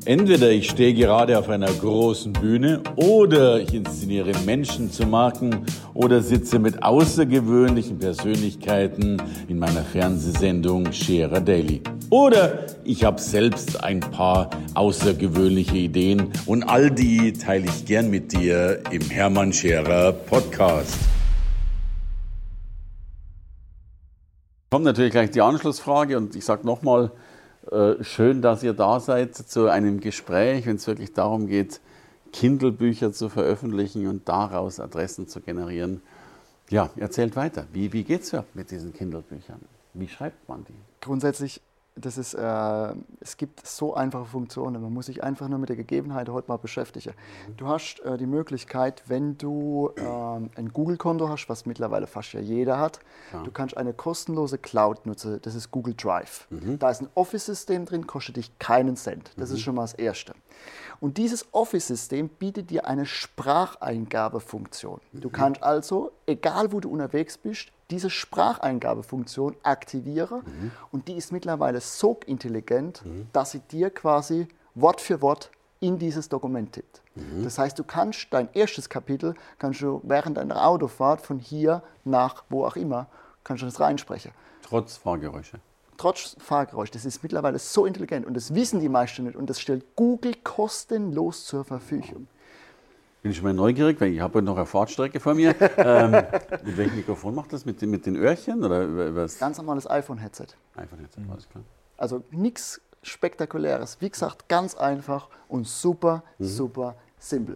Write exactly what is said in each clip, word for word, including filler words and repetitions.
Entweder ich stehe gerade auf einer großen Bühne oder ich inszeniere Menschen zu Marken oder sitze mit außergewöhnlichen Persönlichkeiten in meiner Fernsehsendung Scherer Daily. Oder ich habe selbst ein paar außergewöhnliche Ideen und all die teile ich gern mit dir im Hermann Scherer Podcast. Kommt natürlich gleich die Anschlussfrage und ich sage nochmal, äh, schön, dass ihr da seid zu einem Gespräch, wenn es wirklich darum geht, Kindle-Bücher zu veröffentlichen und daraus Adressen zu generieren. Ja, erzählt weiter. Wie, wie geht es ja mit diesen Kindle-Büchern? Wie schreibt man die? Grundsätzlich, das ist, äh, es gibt so einfache Funktionen. Man muss sich einfach nur mit der Gegebenheit heute mal beschäftigen. Du hast äh, die Möglichkeit, wenn du äh, ein Google-Konto hast, was mittlerweile fast ja jeder hat, ja. Du kannst eine kostenlose Cloud nutzen, das ist Google Drive. Mhm. Da ist ein Office-System drin, kostet dich keinen Cent. Das mhm. ist schon mal das Erste. Und dieses Office-System bietet dir eine Spracheingabefunktion. Mhm. Du kannst also, egal wo du unterwegs bist, diese Spracheingabefunktion aktivieren mhm. und die ist mittlerweile so intelligent, mhm. dass sie dir quasi Wort für Wort in dieses Dokument tippt. Mhm. Das heißt, du kannst dein erstes Kapitel, kannst du während deiner Autofahrt von hier nach wo auch immer, kannst du das reinsprechen. Trotz Fahrgeräusche. Trotz Fahrgeräusch. Das ist mittlerweile so intelligent und das wissen die meisten nicht und das stellt Google kostenlos zur Verfügung. Bin ich schon mal neugierig, weil ich habe heute noch eine Fahrtstrecke vor mir. ähm, mit welchem Mikrofon macht das? Mit den, mit den Öhrchen? Oder über, übers Ganz normales iPhone-Headset. iPhone-Headset, mhm. alles klar. Also nichts Spektakuläres. Wie gesagt, ganz einfach und super, mhm. super simpel.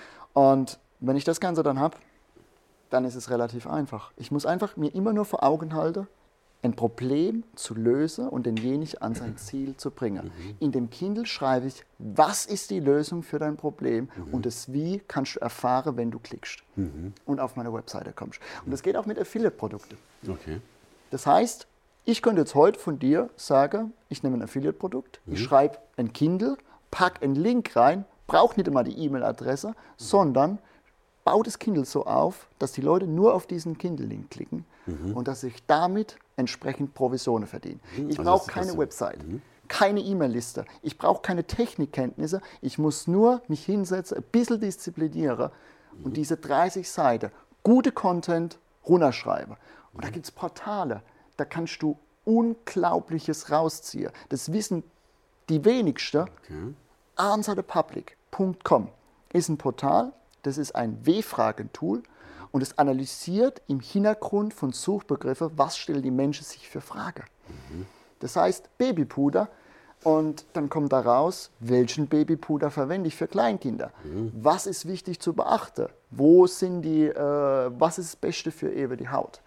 Und wenn ich das Ganze dann habe, dann ist es relativ einfach. Ich muss einfach mir immer nur vor Augen halten, ein Problem zu lösen und denjenigen an sein Ziel zu bringen. Mhm. In dem Kindle schreibe ich, was ist die Lösung für dein Problem mhm. und das Wie kannst du erfahren, wenn du klickst mhm. und auf meine Webseite kommst. Und das geht auch mit Affiliate-Produkten. Okay. Das heißt, ich könnte jetzt heute von dir sagen, ich nehme ein Affiliate-Produkt, mhm. ich schreibe ein Kindle, packe einen Link rein, brauche nicht immer die E-Mail-Adresse, mhm. sondern baue das Kindle so auf, dass die Leute nur auf diesen Kindle-Link klicken mhm. und dass ich damit entsprechend Provisionen verdiene. Ich also brauche keine Website, mhm. keine E-Mail-Liste, ich brauche keine Technikkenntnisse, ich muss nur mich hinsetzen, ein bisschen disziplinieren mhm. und diese dreißig Seiten gute Content runterschreiben. Und mhm. da gibt es Portale, da kannst du Unglaubliches rausziehen. Das wissen die wenigsten. Okay. answer the public punkt com ist ein Portal, das ist ein W-Fragen-Tool und es analysiert im Hintergrund von Suchbegriffen, was stellen die Menschen sich für Fragen. Mhm. Das heißt Babypuder und dann kommt da raus, welchen Babypuder verwende ich für Kleinkinder? Mhm. Was ist wichtig zu beachten? Wo sind die, äh, was ist das Beste für eben die Haut?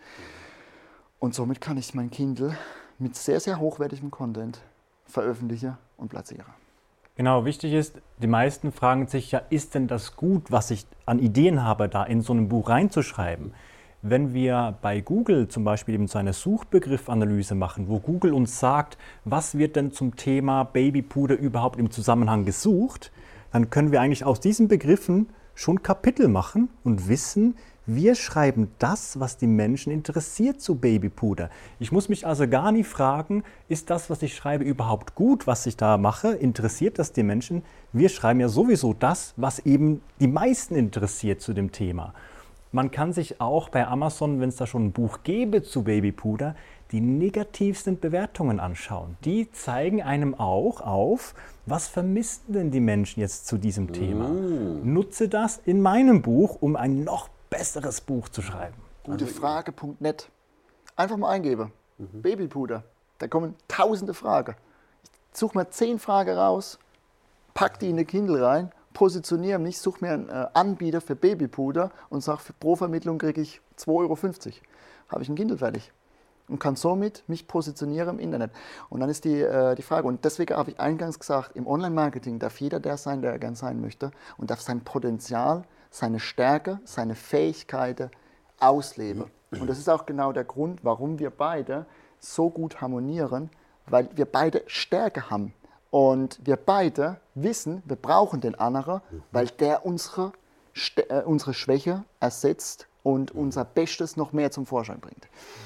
Und somit kann ich mein Kindle mit sehr, sehr hochwertigem Content veröffentlichen und platzieren. Genau, wichtig ist, die meisten fragen sich ja, ist denn das gut, was ich an Ideen habe, da in so ein Buch reinzuschreiben? Wenn wir bei Google zum Beispiel eben so eine Suchbegriffanalyse machen, wo Google uns sagt, was wird denn zum Thema Babypuder überhaupt im Zusammenhang gesucht, dann können wir eigentlich aus diesen Begriffen schon Kapitel machen und wissen, wir schreiben das, was die Menschen interessiert zu Babypuder. Ich muss mich also gar nicht fragen, ist das, was ich schreibe, überhaupt gut, was ich da mache? Interessiert das die Menschen? Wir schreiben ja sowieso das, was eben die meisten interessiert zu dem Thema. Man kann sich auch bei Amazon, wenn es da schon ein Buch gäbe zu Babypuder, die negativsten Bewertungen anschauen. Die zeigen einem auch auf, was vermissen denn die Menschen jetzt zu diesem mm. Thema. Nutze das in meinem Buch, um ein noch besseres Buch zu schreiben. Gutefrage punkt net. Einfach mal eingeben. Mhm. Babypuder. Da kommen tausende Fragen. Ich suche mir zehn Fragen raus, pack die in eine Kindle rein, positioniere mich, suche mir einen äh, Anbieter für Babypuder und sage, für pro Vermittlung kriege ich zwei Euro fünfzig. Habe ich ein Kindle fertig. Und kann somit mich positionieren im Internet. Und dann ist die, äh, die Frage, und deswegen habe ich eingangs gesagt, im Online-Marketing darf jeder der sein, der er gern sein möchte und darf sein Potenzial, seine Stärke, seine Fähigkeiten ausleben. Und das ist auch genau der Grund, warum wir beide so gut harmonieren, weil wir beide Stärke haben. Und wir beide wissen, wir brauchen den anderen, weil der unsere, äh, unsere Schwäche ersetzt und unser Bestes noch mehr zum Vorschein bringt.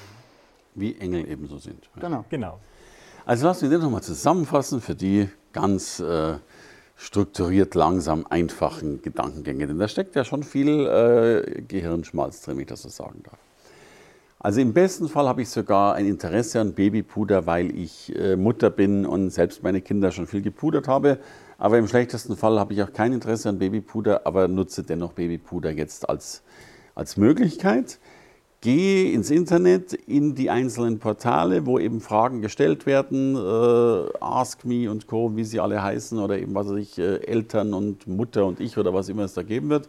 Wie Engel ebenso sind. Genau. genau. Also lassen wir den nochmal zusammenfassen für die ganz äh, strukturiert, langsam, einfachen Gedankengänge. Denn da steckt ja schon viel äh, Gehirnschmalz drin, wenn ich das so sagen darf. Also im besten Fall habe ich sogar ein Interesse an Babypuder, weil ich äh, Mutter bin und selbst meine Kinder schon viel gepudert habe. Aber im schlechtesten Fall habe ich auch kein Interesse an Babypuder, aber nutze dennoch Babypuder jetzt als, als Möglichkeit. Gehe ins Internet, in die einzelnen Portale, wo eben Fragen gestellt werden, äh, Ask Me und Co., wie sie alle heißen, oder eben, was weiß ich, äh, Eltern und Mutter und ich oder was immer es da geben wird,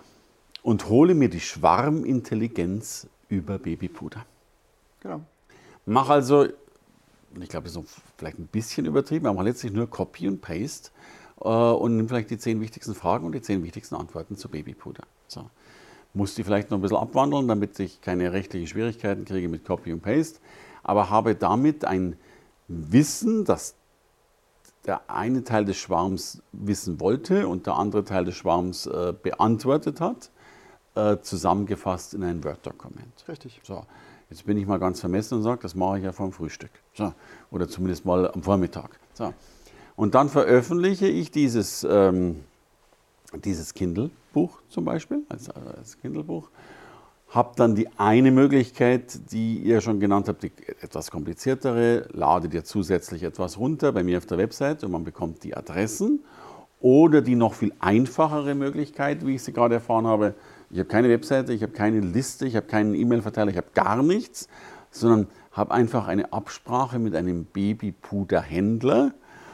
und hole mir die Schwarmintelligenz über Babypuder. Genau. Mach also, ich glaube, das ist vielleicht ein bisschen übertrieben, aber mach letztlich nur Copy und Paste äh, und nimm vielleicht die zehn wichtigsten Fragen und die zehn wichtigsten Antworten zu Babypuder. So. Muss die vielleicht noch ein bisschen abwandeln, damit ich keine rechtlichen Schwierigkeiten kriege mit Copy und Paste, aber habe damit ein Wissen, das der eine Teil des Schwarms wissen wollte und der andere Teil des Schwarms äh, beantwortet hat, äh, zusammengefasst in ein Word-Dokument. Richtig. So, jetzt bin ich mal ganz vermessen und sage, das mache ich ja vor dem Frühstück. So, oder zumindest mal am Vormittag. So. Und dann veröffentliche ich dieses, ähm, dieses Kindle-Buch zum Beispiel, als, als Kindle-Buch. Habe dann die eine Möglichkeit, die ihr schon genannt habt, die etwas kompliziertere, lade dir zusätzlich etwas runter bei mir auf der Website und man bekommt die Adressen. Oder die noch viel einfachere Möglichkeit, wie ich sie gerade erfahren habe, ich habe keine Webseite, ich habe keine Liste, ich habe keinen E-Mail-Verteiler, ich habe gar nichts, sondern habe einfach eine Absprache mit einem Babypuder-Händler,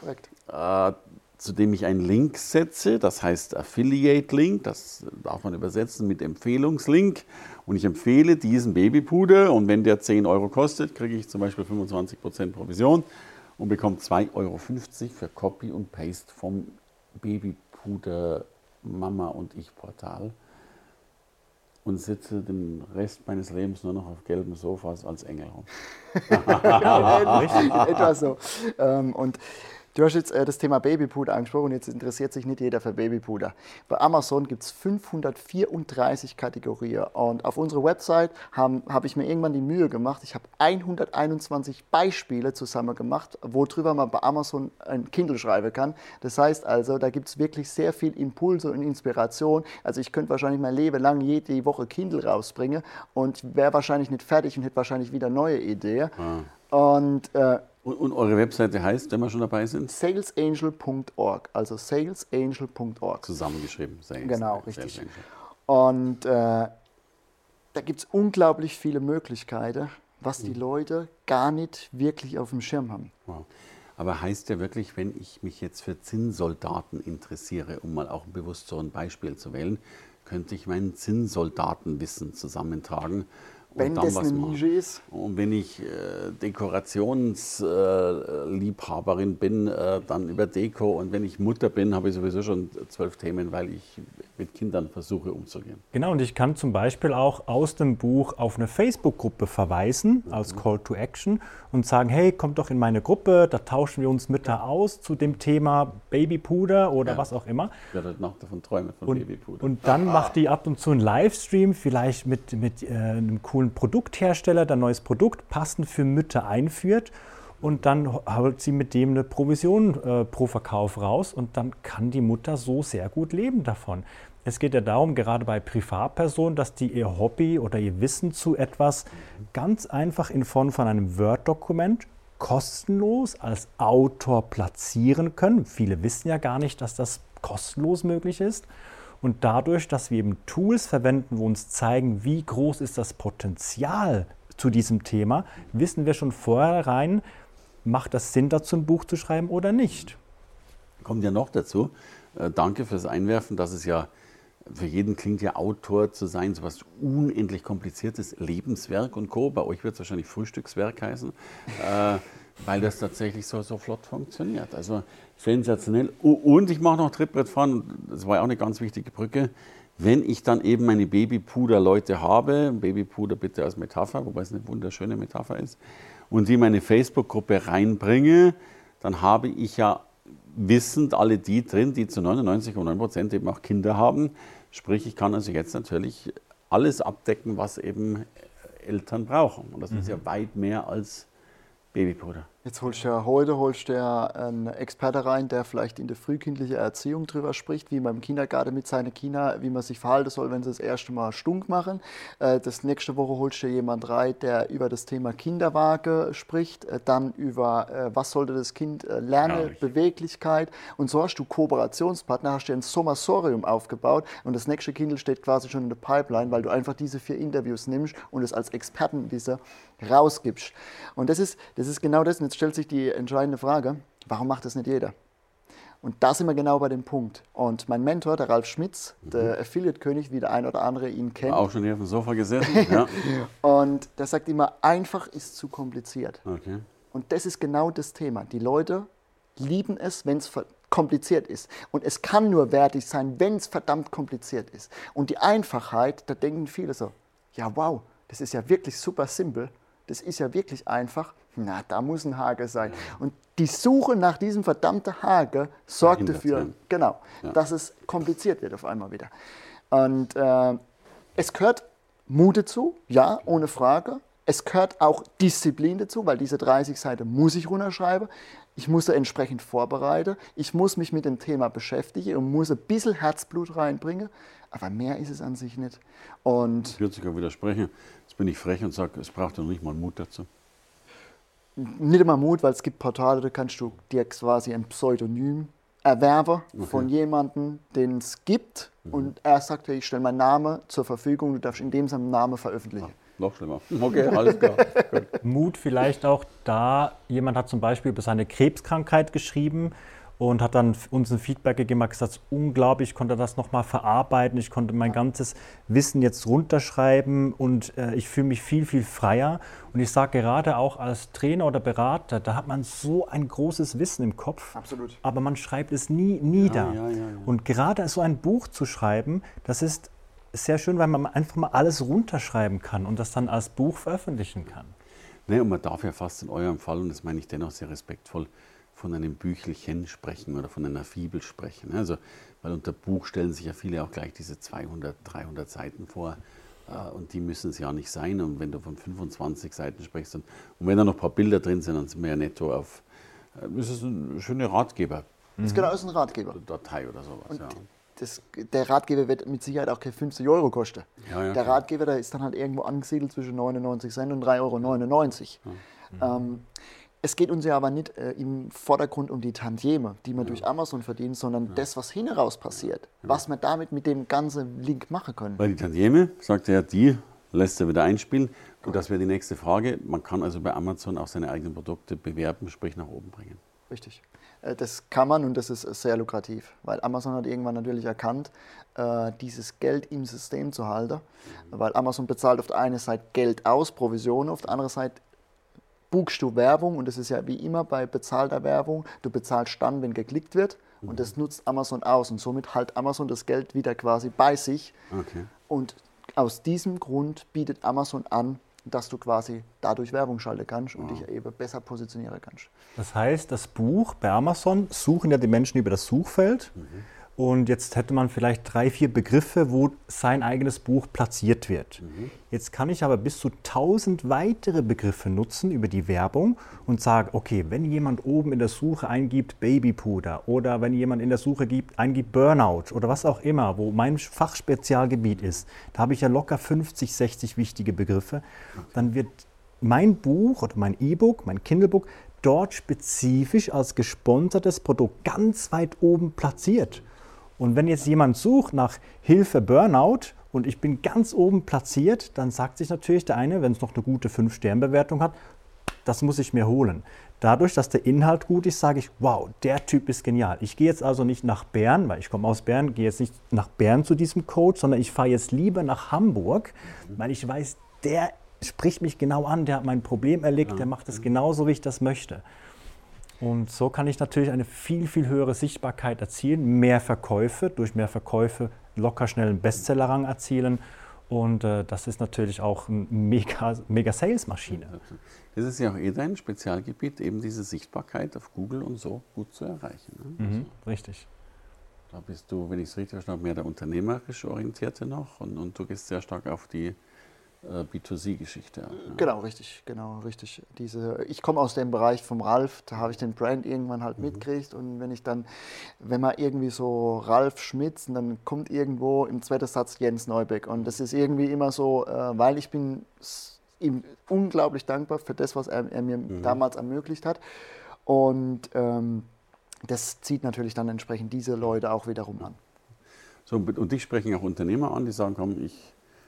äh, zu dem ich einen Link setze, das heißt Affiliate-Link, das darf man übersetzen mit Empfehlungslink. Und ich empfehle diesen Babypuder und wenn der zehn Euro kostet, kriege ich zum Beispiel fünfundzwanzig Prozent Provision und bekomme zwei Euro fünfzig für Copy und Paste vom Babypuder Mama und ich Portal und sitze den Rest meines Lebens nur noch auf gelben Sofas als Engel rum. Ja, etwa so. Und du hast jetzt äh, das Thema Babypuder angesprochen, jetzt interessiert sich nicht jeder für Babypuder. Bei Amazon gibt es fünfhundertvierunddreißig Kategorien und auf unserer Website habe hab ich mir irgendwann die Mühe gemacht, ich habe hunderteinundzwanzig Beispiele zusammen gemacht, worüber man bei Amazon ein Kindle schreiben kann. Das heißt also, da gibt es wirklich sehr viel Impulse und Inspiration. Also ich könnte wahrscheinlich mein Leben lang jede Woche Kindle rausbringen und wäre wahrscheinlich nicht fertig und hätte wahrscheinlich wieder neue Ideen. Ah. Und äh, Und, und eure Webseite heißt, wenn wir schon dabei sind? salesangel punkt org, also salesangel punkt org. Zusammengeschrieben. Sales, genau, richtig. Und äh, da gibt es unglaublich viele Möglichkeiten, was die Leute gar nicht wirklich auf dem Schirm haben. Wow. Aber heißt ja wirklich, wenn ich mich jetzt für Zinnsoldaten interessiere, um mal auch bewusst so ein Beispiel zu wählen, könnte ich mein Zinnsoldatenwissen zusammentragen. Wenn das eine Nische ist. Und wenn ich äh, Dekorationsliebhaberin äh, bin, äh, dann über Deko. Und wenn ich Mutter bin, habe ich sowieso schon zwölf Themen, weil ich mit Kindern versuche umzugehen. Genau, und ich kann zum Beispiel auch aus dem Buch auf eine Facebook-Gruppe verweisen, mhm. als Call to Action und sagen, hey, kommt doch in meine Gruppe, da tauschen wir uns Mütter aus zu dem Thema Babypuder oder ja. was auch immer. Ich werde heute Nacht davon träumen, von und, Babypuder. Und dann ah. macht die ab und zu einen Livestream, vielleicht mit, mit äh, einem coolen Produkthersteller, der ein neues Produkt passend für Mütter einführt und dann holt sie mit dem eine Provision äh, pro Verkauf raus und dann kann die Mutter so sehr gut leben davon. Es geht ja darum, gerade bei Privatpersonen, dass die ihr Hobby oder ihr Wissen zu etwas ganz einfach in Form von einem Word-Dokument kostenlos als Autor platzieren können. Viele wissen ja gar nicht, dass das kostenlos möglich ist. Und dadurch, dass wir eben Tools verwenden, wo uns zeigen, wie groß ist das Potenzial zu diesem Thema, wissen wir schon vornherein, macht das Sinn, dazu ein Buch zu schreiben oder nicht. Kommt ja noch dazu, äh, danke fürs Einwerfen, dass es ja für jeden klingt ja Autor zu sein, so was unendlich kompliziertes, Lebenswerk und Co. Bei euch wird es wahrscheinlich Frühstückswerk heißen, äh, weil das tatsächlich so, so flott funktioniert. Also sensationell. Und ich mache noch Trittbrettfahren, das war ja auch eine ganz wichtige Brücke. Wenn ich dann eben meine Babypuder-Leute habe, Babypuder bitte als Metapher, wobei es eine wunderschöne Metapher ist, und die in meine Facebook-Gruppe reinbringe, dann habe ich ja wissend alle die drin, die zu neunundneunzig Komma neun Prozent eben auch Kinder haben. Sprich, ich kann also jetzt natürlich alles abdecken, was eben Eltern brauchen. Und das mhm. ist ja weit mehr als Babypuder. Jetzt holst du ja heute holst du ja einen Experte rein, der vielleicht in der frühkindlichen Erziehung drüber spricht, wie man im Kindergarten mit seinen Kindern, wie man sich verhalten soll, wenn sie das erste Mal stunk machen. Das nächste Woche holst du jemand rein, der über das Thema Kinderwaage spricht, dann über was sollte das Kind lernen, Herrlich. Beweglichkeit. Und so hast du Kooperationspartner, hast du ein Somasorium aufgebaut und das nächste Kindle steht quasi schon in der Pipeline, weil du einfach diese vier Interviews nimmst und es als Experten diese rausgibst. Und das ist, das ist genau das. Und jetzt stellt sich die entscheidende Frage, warum macht das nicht jeder? Und da sind wir genau bei dem Punkt. Und mein Mentor, der Ralf Schmitz, mhm. der Affiliate-König, wie der ein oder andere ihn kennt. Auch schon hier auf dem Sofa gesessen. Ja. Und der sagt immer, einfach ist zu kompliziert. Okay. Und das ist genau das Thema. Die Leute lieben es, wenn es kompliziert ist. Und es kann nur wertig sein, wenn es verdammt kompliziert ist. Und die Einfachheit, da denken viele so, ja wow, das ist ja wirklich super simpel. Das ist ja wirklich einfach. Na, da muss ein Haken sein. Und die Suche nach diesem verdammten Haken sorgt dafür, genau, ja. dass es kompliziert wird auf einmal wieder. Und äh, es gehört Mut dazu, ja, ohne Frage. Es gehört auch Disziplin dazu, weil diese dreißig Seiten muss ich runterschreiben. Ich muss sie entsprechend vorbereiten. Ich muss mich mit dem Thema beschäftigen und muss ein bisschen Herzblut reinbringen. Aber mehr ist es an sich nicht. Und ich würde sogar widersprechen. Jetzt bin ich frech und sage, es braucht doch nicht mal Mut dazu. Nicht immer Mut, weil es gibt Portale, da kannst du dir quasi ein Pseudonym erwerben okay. von jemandem, den es gibt. Mhm. Und er sagt, hey, ich stelle meinen Namen zur Verfügung, du darfst in dem seinen Namen veröffentlichen. Ja. Noch schlimmer. Okay, alles klar. Mut vielleicht auch da, jemand hat zum Beispiel über seine Krebskrankheit geschrieben und hat dann uns ein Feedback gegeben, hat gesagt, unglaublich, ich konnte das nochmal verarbeiten, ich konnte mein ganzes Wissen jetzt runterschreiben und äh, ich fühle mich viel, viel freier. Und ich sage gerade auch als Trainer oder Berater, da hat man so ein großes Wissen im Kopf, Absolut. aber man schreibt es nie nieder. Ja, ja, ja, ja. Und gerade so ein Buch zu schreiben, das ist sehr schön, weil man einfach mal alles runterschreiben kann und das dann als Buch veröffentlichen kann. Nee, und man darf ja fast in eurem Fall, und das meine ich dennoch sehr respektvoll, von einem Büchelchen sprechen oder von einer Fibel sprechen. Also, weil unter Buch stellen sich ja viele auch gleich diese zweihundert, dreihundert Seiten vor. Und die müssen es ja nicht sein. Und wenn du von fünfundzwanzig Seiten sprichst und, und wenn da noch ein paar Bilder drin sind, dann sind wir ja netto auf, das ist ein schöner Ratgeber. Das ist genau, ist ein Ratgeber. Datei oder sowas, und ja. Das, der Ratgeber wird mit Sicherheit auch keine fünfzig Euro kosten. Ja, ja, der Ratgeber, der ist dann halt irgendwo angesiedelt zwischen neunundneunzig Cent und drei Euro neunundneunzig. Ja. Ähm, es geht uns ja aber nicht äh, im Vordergrund um die Tantieme, die man ja. durch Amazon verdient, sondern ja. das, was hinten raus passiert, ja. was wir damit mit dem ganzen Link machen können. Weil die Tantieme, sagt er, die lässt er wieder einspielen. Und das wäre die nächste Frage. Man kann also bei Amazon auch seine eigenen Produkte bewerben, sprich nach oben bringen. Richtig. Das kann man und das ist sehr lukrativ, weil Amazon hat irgendwann natürlich erkannt, dieses Geld im System zu halten, mhm. weil Amazon bezahlt auf der einen Seite Geld aus, Provisionen, auf der anderen Seite buchst du Werbung und das ist ja wie immer bei bezahlter Werbung, du bezahlst dann, wenn geklickt wird mhm. und das nutzt Amazon aus und somit hält Amazon das Geld wieder quasi bei sich okay. und aus diesem Grund bietet Amazon an, dass du quasi dadurch Werbung schalten kannst und wow. dich eben besser positionieren kannst. Das heißt, das Buch bei Amazon suchen ja die Menschen über das Suchfeld mhm. und jetzt hätte man vielleicht drei, vier Begriffe, wo sein eigenes Buch platziert wird. Mhm. Jetzt kann ich aber bis zu tausend weitere Begriffe nutzen über die Werbung und sage, okay, wenn jemand oben in der Suche eingibt Babypuder oder wenn jemand in der Suche gibt, eingibt Burnout oder was auch immer, wo mein Fachspezialgebiet ist, da habe ich ja locker fünfzig, sechzig wichtige Begriffe, dann wird mein Buch oder mein E-Book, mein Kindle-Book dort spezifisch als gesponsertes Produkt ganz weit oben platziert. Und wenn jetzt jemand sucht nach Hilfe Burnout und ich bin ganz oben platziert, dann sagt sich natürlich der eine, wenn es noch eine gute fünf Sterne Bewertung hat, das muss ich mir holen. Dadurch, dass der Inhalt gut ist, sage ich, wow, der Typ ist genial. Ich gehe jetzt also nicht nach Bern, weil ich komme aus Bern, gehe jetzt nicht nach Bern zu diesem Coach, sondern ich fahre jetzt lieber nach Hamburg, weil ich weiß, der spricht mich genau an, der hat mein Problem erlebt, der macht es genauso, wie ich das möchte. Und so kann ich natürlich eine viel, viel höhere Sichtbarkeit erzielen, mehr Verkäufe, durch mehr Verkäufe locker schnell einen Bestsellerrang erzielen. Und äh, das ist natürlich auch eine mega, mega Sales-Maschine. Das ist ja auch eh dein Spezialgebiet, eben diese Sichtbarkeit auf Google und so gut zu erreichen. Ne? Mhm, also, richtig. Da bist du, wenn ich es richtig verstanden habe, mehr der unternehmerisch Orientierte noch und, und du gehst sehr stark auf die B zwei C-Geschichte. Ja. Genau, richtig, genau, richtig. Diese, ich komme aus dem Bereich vom Ralf, da habe ich den Brand irgendwann halt mhm. mitgekriegt und wenn ich dann, wenn man irgendwie so Ralf Schmitz und dann kommt irgendwo im zweiten Satz Jens Neubeck und das ist irgendwie immer so, äh, weil ich bin ihm unglaublich dankbar für das, was er, er mir mhm. damals ermöglicht hat und ähm, das zieht natürlich dann entsprechend diese Leute auch wiederum an. So, und dich sprechen auch Unternehmer an, die sagen, komm, ich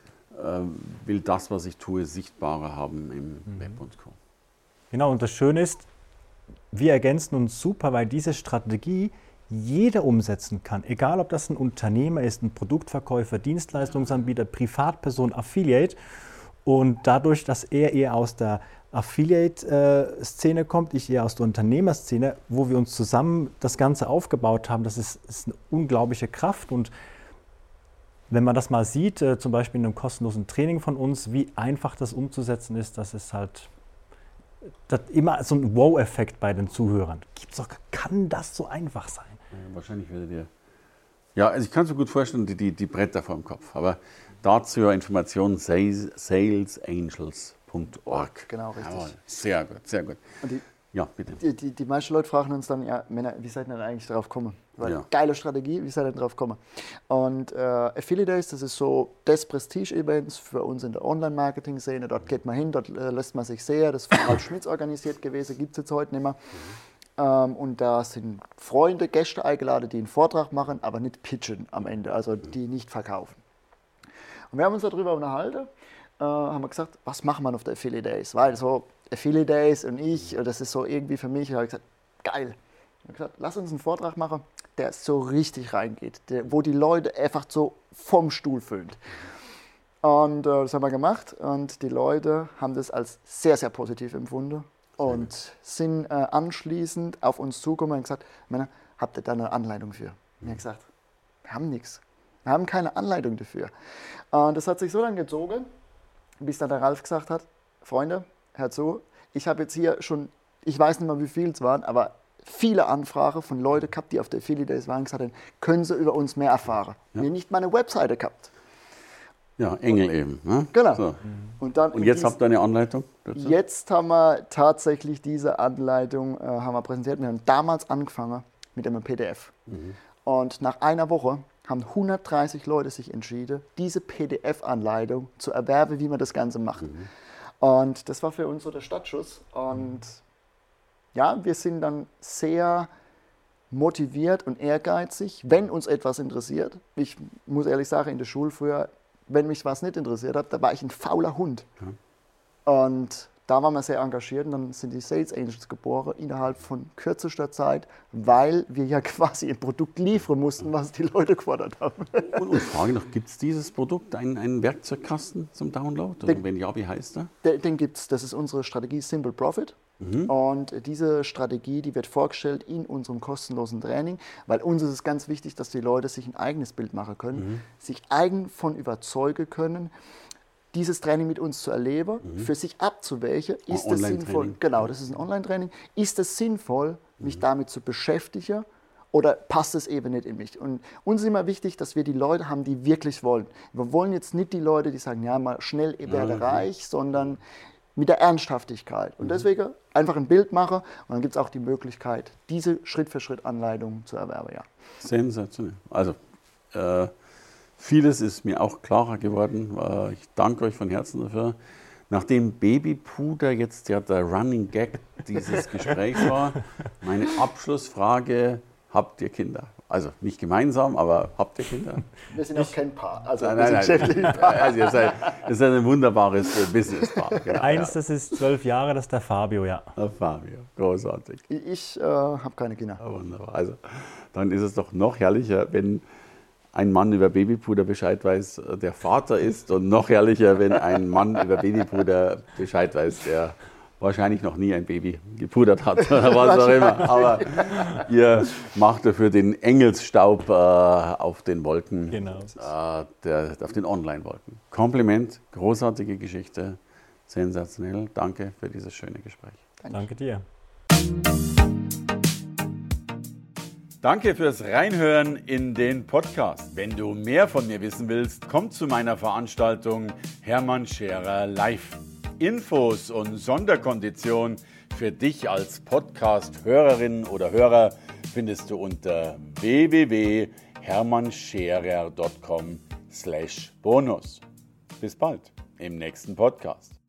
will das, was ich tue, sichtbarer haben im mhm. Web und Co. Genau, und das Schöne ist, wir ergänzen uns super, weil diese Strategie jeder umsetzen kann. Egal, ob das ein Unternehmer ist, ein Produktverkäufer, Dienstleistungsanbieter, Privatperson, Affiliate. Und dadurch, dass er eher aus der Affiliate-Szene kommt, ich eher aus der Unternehmerszene, wo wir uns zusammen das Ganze aufgebaut haben, das ist, ist eine unglaubliche Kraft. Und wenn man das mal sieht, äh, zum Beispiel in einem kostenlosen Training von uns, wie einfach das umzusetzen ist, das ist halt das immer so ein Wow-Effekt bei den Zuhörern. Gibt's doch, kann das so einfach sein? Ja, wahrscheinlich werdet ihr. Ja, also ich kann es mir gut vorstellen, die, die, die Bretter vor dem Kopf. Aber dazu Informationen salesangels punkt org. Genau, richtig. Ja, sehr gut, sehr gut. Und die, ja, bitte. Die, die, die meisten Leute fragen uns dann, ja, Männer, wie seid ihr denn eigentlich drauf gekommen? Weil, ja. Geile Strategie, wie seid ihr denn drauf gekommen? Und äh, Affiliate Days, das ist so das Prestige-Events für uns in der Online-Marketing-Szene. Dort geht man hin, dort äh, lässt man sich sehen. Das ist von Ralf Schmitz organisiert gewesen, gibt es jetzt heute nicht mehr. Mhm. Ähm, und da sind Freunde, Gäste eingeladen, die einen Vortrag machen, aber nicht pitchen am Ende, also die nicht verkaufen. Und wir haben uns darüber unterhalten, äh, haben wir gesagt, was machen wir auf der Affiliate Days? Weil so Affiliate Days und ich, das ist so irgendwie für mich, ich habe gesagt, geil. Ich habe gesagt, lass uns einen Vortrag machen, der so richtig reingeht, der, wo die Leute einfach so vom Stuhl föhnt. Und äh, das haben wir gemacht und die Leute haben das als sehr, sehr positiv empfunden und sind äh, anschließend auf uns zugekommen und gesagt, Männer, habt ihr da eine Anleitung für? Und ich habe gesagt, wir haben nichts. Wir haben keine Anleitung dafür. Und das hat sich so lange gezogen, bis dann der Ralf gesagt hat, Freunde, hört zu, ich habe jetzt hier schon, ich weiß nicht mal, wie viel es waren, aber viele Anfragen von Leuten gehabt, die auf der Affiliate Days waren und gesagt haben, können sie über uns mehr erfahren. Ja. Wir haben nicht mal eine Webseite gehabt. Ja, Engel eben. Ne? Genau. So. Und, dann und jetzt habt ihr eine Anleitung dazu? Jetzt haben wir tatsächlich diese Anleitung äh, haben wir präsentiert. Wir haben damals angefangen mit einem P D F. Mhm. Und nach einer Woche haben hundertdreißig Leute sich entschieden, diese P D F-Anleitung zu erwerben, wie man das Ganze macht. Mhm. Und das war für uns so der Startschuss. Und ja, wir sind dann sehr motiviert und ehrgeizig, wenn uns etwas interessiert. Ich muss ehrlich sagen, in der Schule früher, wenn mich was nicht interessiert hat, da war ich ein fauler Hund. Ja. Und da waren wir sehr engagiert und dann sind die Sales Angels geboren innerhalb von kürzester Zeit, weil wir ja quasi ein Produkt liefern mussten, was die Leute gefordert haben. Und, und Frage noch, gibt es dieses Produkt, einen, einen Werkzeugkasten zum Download? Den, und wenn ja, wie heißt der? Den, den gibt es, das ist unsere Strategie Simple Profit. Mhm. Und diese Strategie, die wird vorgestellt in unserem kostenlosen Training, weil uns ist es ganz wichtig, dass die Leute sich ein eigenes Bild machen können, mhm. sich eigen von überzeugen können, dieses Training mit uns zu erleben, mhm. für sich abzuwägen, ist es sinnvoll, genau, das ist ein Online-Training, ist es sinnvoll, mich mhm. damit zu beschäftigen oder passt es eben nicht in mich? Und uns ist immer wichtig, dass wir die Leute haben, die wirklich wollen. Wir wollen jetzt nicht die Leute, die sagen, ja, mal schnell, ich werde ja, reich, sondern mit der Ernsthaftigkeit. Und mhm. deswegen einfach ein Bild machen und dann gibt es auch die Möglichkeit, diese Schritt-für-Schritt-Anleitung zu erwerben. Ja. Sensationell. Also, äh, vieles ist mir auch klarer geworden. Ich danke euch von Herzen dafür. Nachdem Babypuder jetzt ja der Running Gag dieses Gesprächs war, meine Abschlussfrage, habt ihr Kinder? Also nicht gemeinsam, aber habt ihr Kinder? Wir sind auch kein Paar, also nein, wir sind nein, geschäftlich nein. Paar. Also ihr seid, ihr seid ein wunderbares Business-Paar. Genau, Eins, ja. das ist zwölf Jahre, das ist der Fabio, ja. Der Fabio, großartig. Ich, ich äh, habe keine Kinder. Ja, wunderbar. Also dann ist es doch noch herrlicher, wenn ein Mann über Babypuder Bescheid weiß, der Vater ist, und noch herrlicher, wenn ein Mann über Babypuder Bescheid weiß, der wahrscheinlich noch nie ein Baby gepudert hat oder was auch immer. Aber ihr macht dafür den Engelsstaub äh, auf den Wolken, genau. äh, der, auf den Online-Wolken. Kompliment, großartige Geschichte, sensationell. Danke für dieses schöne Gespräch. Danke, Danke dir. Danke fürs Reinhören in den Podcast. Wenn du mehr von mir wissen willst, komm zu meiner Veranstaltung Hermann Scherer Live. Infos und Sonderkonditionen für dich als Podcast-Hörerin oder Hörer findest du unter w w w punkt hermann scherer punkt com slash bonus. Bis bald im nächsten Podcast.